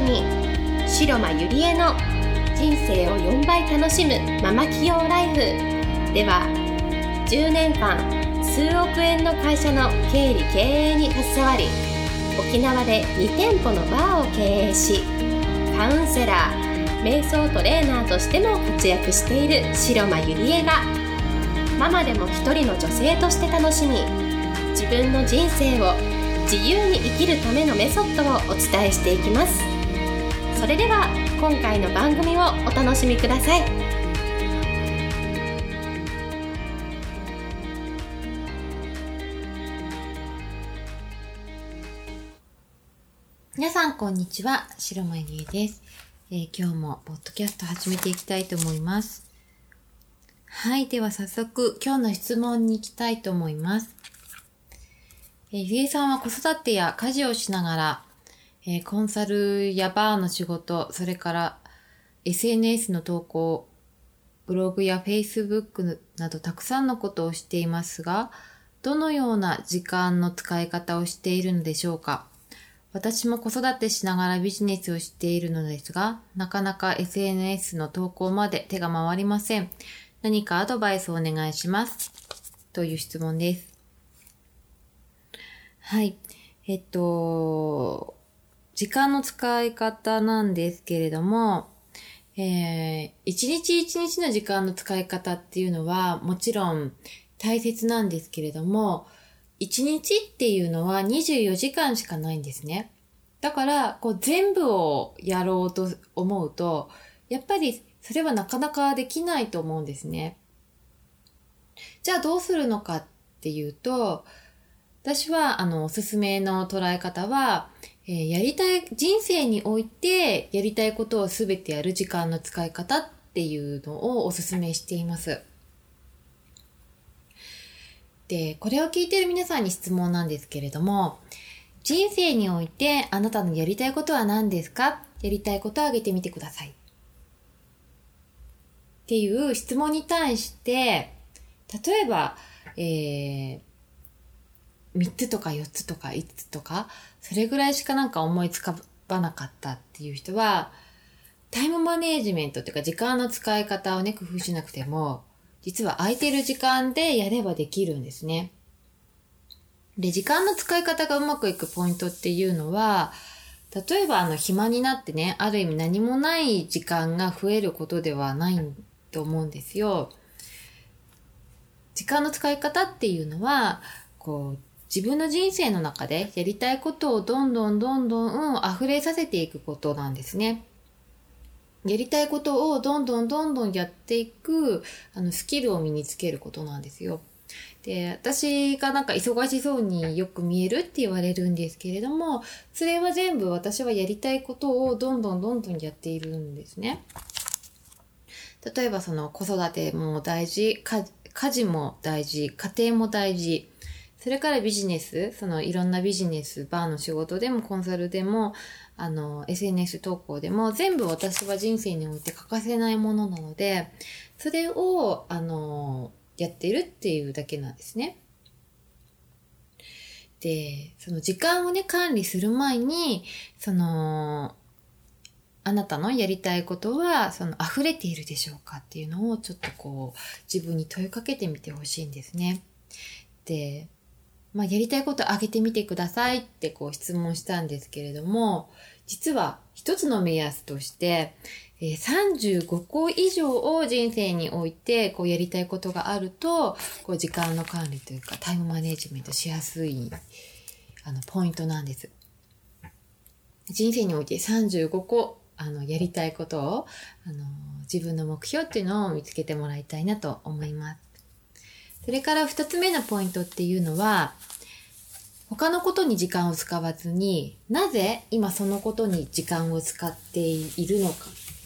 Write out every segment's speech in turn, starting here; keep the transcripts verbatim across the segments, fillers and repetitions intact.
に白間ゆりえの人生をよんばい楽しむママ起業ライフでは、じゅうねんかん数億円の会社の経理経営に携わり、沖縄でにてんぽのバーを経営し、カウンセラー、瞑想トレーナーとしても活躍している白間ゆりえが、ママでも一人の女性として楽しみ、自分の人生を自由に生きるためのメソッドをお伝えしていきます。それでは今回の番組をお楽しみください。 皆さんこんにちは、白間ゆりえです、えー、今日もポッドキャスト始めていきたいと思います。はい、では早速今日の質問に行きたいと思います。えー、ゆりえさんは子育てや家事をしながら、えー、コンサルやバーの仕事、それから エスエヌエス の投稿、ブログや Facebook などたくさんのことをしていますが、どのような時間の使い方をしているのでしょうか。私も子育てしながらビジネスをしているのですが、なかなか エスエヌエス の投稿まで手が回りません。何かアドバイスをお願いします。という質問です。はい。えっと、時間の使い方なんですけれども、えー、一日一日の時間の使い方っていうのはもちろん大切なんですけれども、一日っていうのはにじゅうよじかんしかないんですね。だから、こう全部をやろうと思うと、やっぱりそれはなかなかできないと思うんですね。じゃあどうするのかっていうと、私はあのおすすめの捉え方は、えー、やりたい、人生においてやりたいことをすべてやる時間の使い方っていうのをおすすめしています。で、これを聞いている皆さんに質問なんですけれども、人生においてあなたのやりたいことは何ですか？やりたいことを挙げてみてください。っていう質問に対して、例えば、えー、みっつとかよっつとかいつつとか、それぐらいしかなんか思いつかばなかったっていう人は、タイムマネージメントっていうか時間の使い方をね、工夫しなくても、実は空いてる時間でやればできるんですね。で、時間の使い方がうまくいくポイントっていうのは、例えばあの暇になってね、ある意味何もない時間が増えることではないと思うんですよ。時間の使い方っていうのは、こう、自分の人生の中でやりたいことをどんどんどんどん、うん、溢れさせていくことなんですね。やりたいことをどんどんどんどんやっていく、あの、スキルを身につけることなんですよ。で、私がなんか忙しそうによく見えるって言われるんですけれども、それは全部私はやりたいことをどんどんどんどんやっているんですね。例えばその子育ても大事、家事も大事、家庭も大事、それからビジネス、そのいろんなビジネス、バーの仕事でもコンサルでも、あの、エスエヌエス 投稿でも全部私は人生において欠かせないものなので、それを、あの、やっているっていうだけなんですね。で、その時間をね、管理する前に、その、あなたのやりたいことは、その溢れているでしょうかっていうのをちょっとこう、自分に問いかけてみてほしいんですね。で、まあ、やりたいことあげてみてくださいってこう質問したんですけれども、実は一つの目安として、えー、さんじゅうごこ以上を人生においてこうやりたいことがあると、こう時間の管理というかタイムマネジメントしやすいあのポイントなんです。人生においてさんじゅうごこあのやりたいことをあの自分の目標っていうのを見つけてもらいたいなと思います。それから二つ目のポイントっていうのは、他のことに時間を使わずに、なぜ今そのことに時間を使っているのか。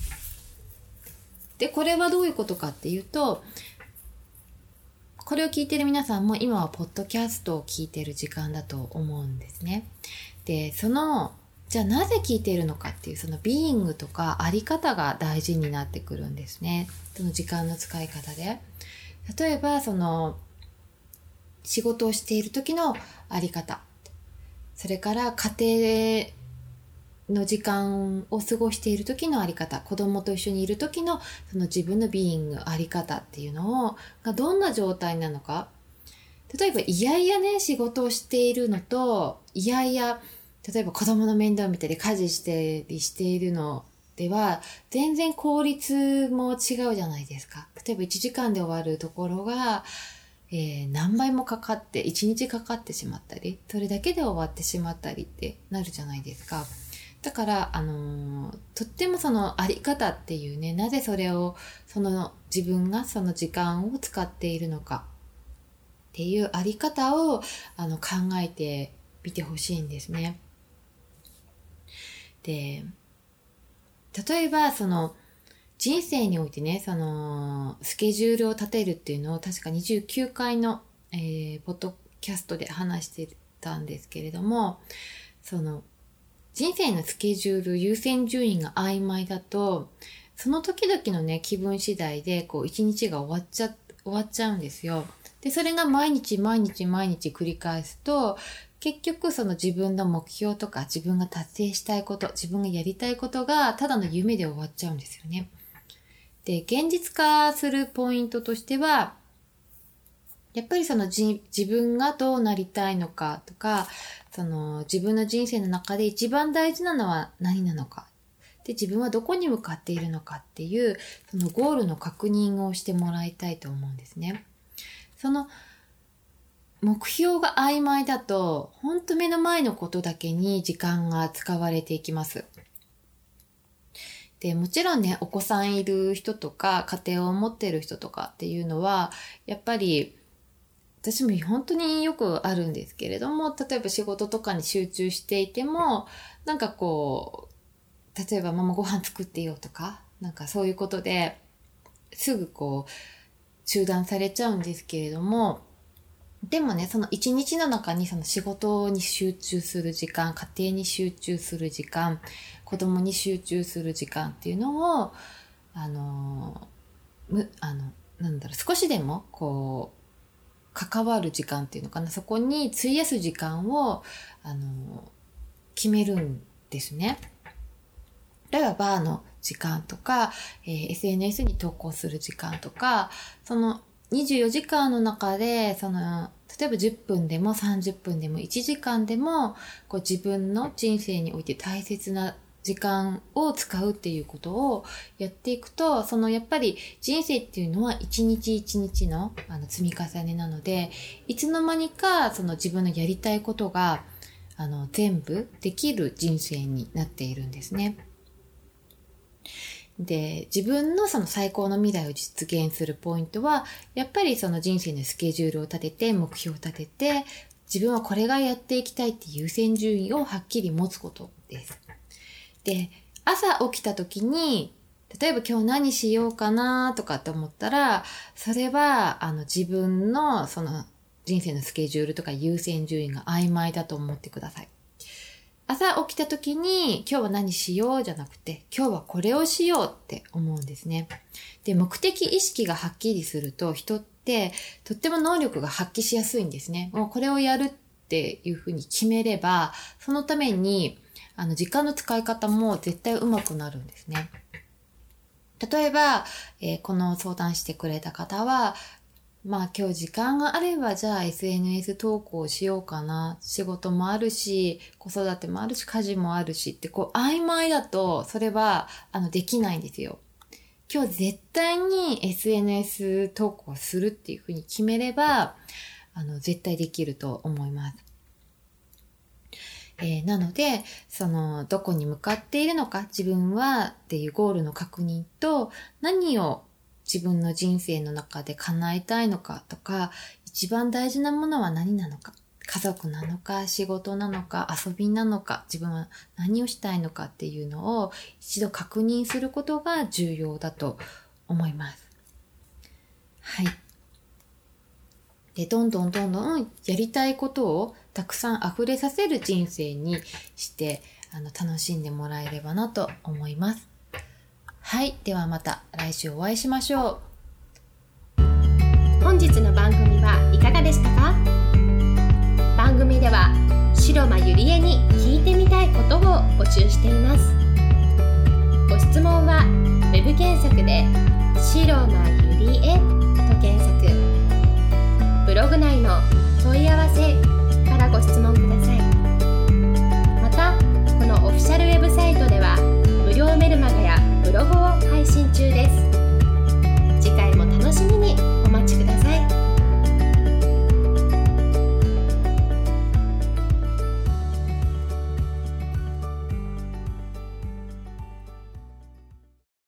で、これはどういうことかっていうと、これを聞いている皆さんも今はポッドキャストを聞いている時間だと思うんですね。で、その、じゃあなぜ聞いているのかっていうそのビーイングとかあり方が大事になってくるんですね。その時間の使い方で。例えば、その、仕事をしている時のあり方。それから家庭の時間を過ごしている時のあり方、子供と一緒にいる時のその自分のビーイングあり方っていうのをがどんな状態なのか。例えばいやいやね仕事をしているのと、いやいや例えば子供の面倒を見たり家事してりしているのでは全然効率も違うじゃないですか。例えばいちじかんで終わるところが、えー、何倍もかかっていちにちかかってしまったり、それだけで終わってしまったりってなるじゃないですか。だから、あのー、とってもそのあり方っていうね、なぜそれをその自分がその時間を使っているのかっていうあり方をあの考えてみてほしいんですね。で、例えばその人生においてね、そのスケジュールを立てるっていうのを確かにじゅうきゅうかいの、えー、ポッドキャストで話してたんですけれども、その人生のスケジュール優先順位が曖昧だと、その時々のね気分次第でこう一日が終わっちゃ終わっちゃうんですよ。で、それが毎日毎日毎日繰り返すと、結局その自分の目標とか自分が達成したいこと、自分がやりたいことがただの夢で終わっちゃうんですよね。で、現実化するポイントとしては、やっぱりそのじ自分がどうなりたいのかとか、その自分の人生の中で一番大事なのは何なのか。で、自分はどこに向かっているのかっていう、そのゴールの確認をしてもらいたいと思うんですね。その目標が曖昧だと、本当目の前のことだけに時間が使われていきます。で、もちろんね、お子さんいる人とか、家庭を持っている人とかっていうのは、やっぱり、私も本当によくあるんですけれども、例えば仕事とかに集中していても、なんかこう、例えばママご飯作ってよとか、なんかそういうことですぐこう、中断されちゃうんですけれども、でもね、その一日の中にその仕事に集中する時間、家庭に集中する時間、子供に集中する時間っていうのを、あの、む、あの、なんだろう、少しでもこう、関わる時間っていうのかな、そこに費やす時間を、あの、決めるんですね。例えばバーの時間とか、えー、エスエヌエス に投稿する時間とか、そのにじゅうよじかんの中で、その、例えばじゅっぷんでもさんじゅっぷんでもいちじかんでも、こう自分の人生において大切な時間を使うっていうことをやっていくと、そのやっぱり人生っていうのは一日一日のあの積み重ねなので、いつの間にかその自分のやりたいことがあの全部できる人生になっているんですね。で、自分のその最高の未来を実現するポイントは、やっぱりその人生のスケジュールを立てて、目標を立てて、自分はこれがやっていきたいっていう優先順位をはっきり持つことです。で、朝起きた時に、例えば今日何しようかなとかって思ったら、それはあの自分のその人生のスケジュールとか優先順位が曖昧だと思ってください。朝起きた時に今日は何しようじゃなくて、今日はこれをしようって思うんですね。で、目的意識がはっきりすると、人ってとっても能力が発揮しやすいんですね。もうこれをやるっていうふうに決めれば、そのためにあの時間の使い方も絶対上手くなるんですね。例えば、えー、この相談してくれた方は、まあ今日時間があればじゃあ エスエヌエス 投稿しようかな。仕事もあるし、子育てもあるし、家事もあるしってこう曖昧だとそれはあのできないんですよ。今日絶対に エスエヌエス 投稿するっていうふうに決めればあの絶対できると思います。えー、なので、そのどこに向かっているのか、自分はっていうゴールの確認と、何を自分の人生の中で叶えたいのかとか、一番大事なものは何なのか、家族なのか、仕事なのか、遊びなのか、自分は何をしたいのかっていうのを一度確認することが重要だと思います。はい。で、どんどんどんどんやりたいことをたくさん溢れさせる人生にして、あの、楽しんでもらえればなと思います。はい。ではまた来週お会いしましょう。本日の番組はいかがでしたか？番組では素白間ゆりえに聞いてみたいことを募集しています。ご質問はウェブ検索で白間ゆりえと検索、ブログ内の問い合わせからご質問ください。